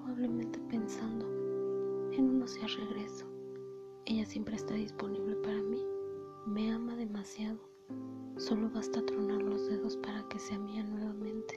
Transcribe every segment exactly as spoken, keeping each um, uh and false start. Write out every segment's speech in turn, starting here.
probablemente pensando en unos días regreso. Ella siempre está disponible para mí, me ama demasiado, solo basta tronar los dedos para que sea mía nuevamente.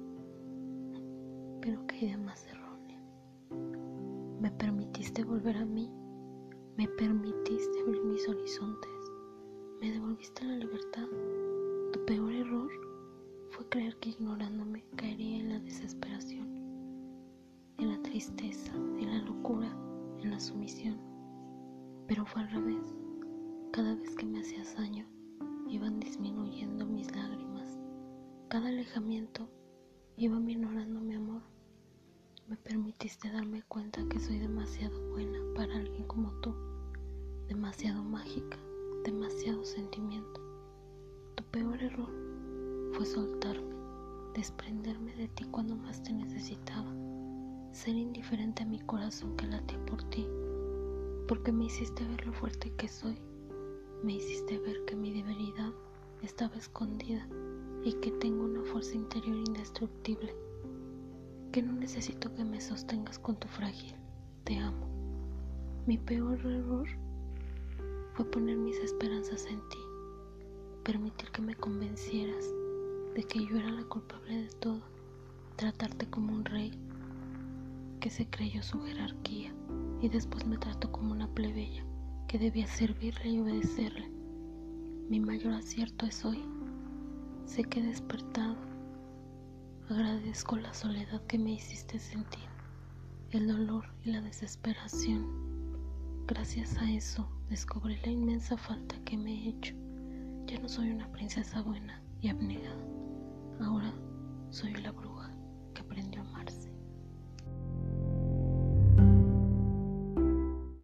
Pero qué idea más errónea. Me permitiste volver a mí, me permitiste abrir mis horizontes, me devolviste la libertad. Tu peor error fue creer que ignorándome caería en la desesperación, en la tristeza, en la locura, en la sumisión. Pero fue al revés. Cada vez que me hacías daño, iban disminuyendo mis lágrimas. Cada alejamiento iba minorando mi amor. Me permitiste darme cuenta que soy demasiado buena para alguien como tú, demasiado mágica, demasiado sentimiento. Tu peor error fue soltarme, desprenderme de ti cuando más te necesitaba, ser indiferente a mi corazón que latía por ti, porque me hiciste ver lo fuerte que soy, me hiciste ver que mi debilidad estaba escondida y que tengo una fuerza interior indestructible, que no necesito que me sostengas con tu frágil, te amo. Mi peor error fue poner mis esperanzas en ti, permitir que me convencieras de que yo era la culpable de todo, tratarte como un rey que se creyó su jerarquía y después me trató como una plebeya que debía servirle y obedecerle. Mi mayor acierto es hoy. Sé que he despertado. Agradezco la soledad que me hiciste sentir, el dolor y la desesperación. Gracias a eso descubrí la inmensa falta que me he hecho. Ya no soy una princesa buena y abnegada. Ahora soy la bruja que prendió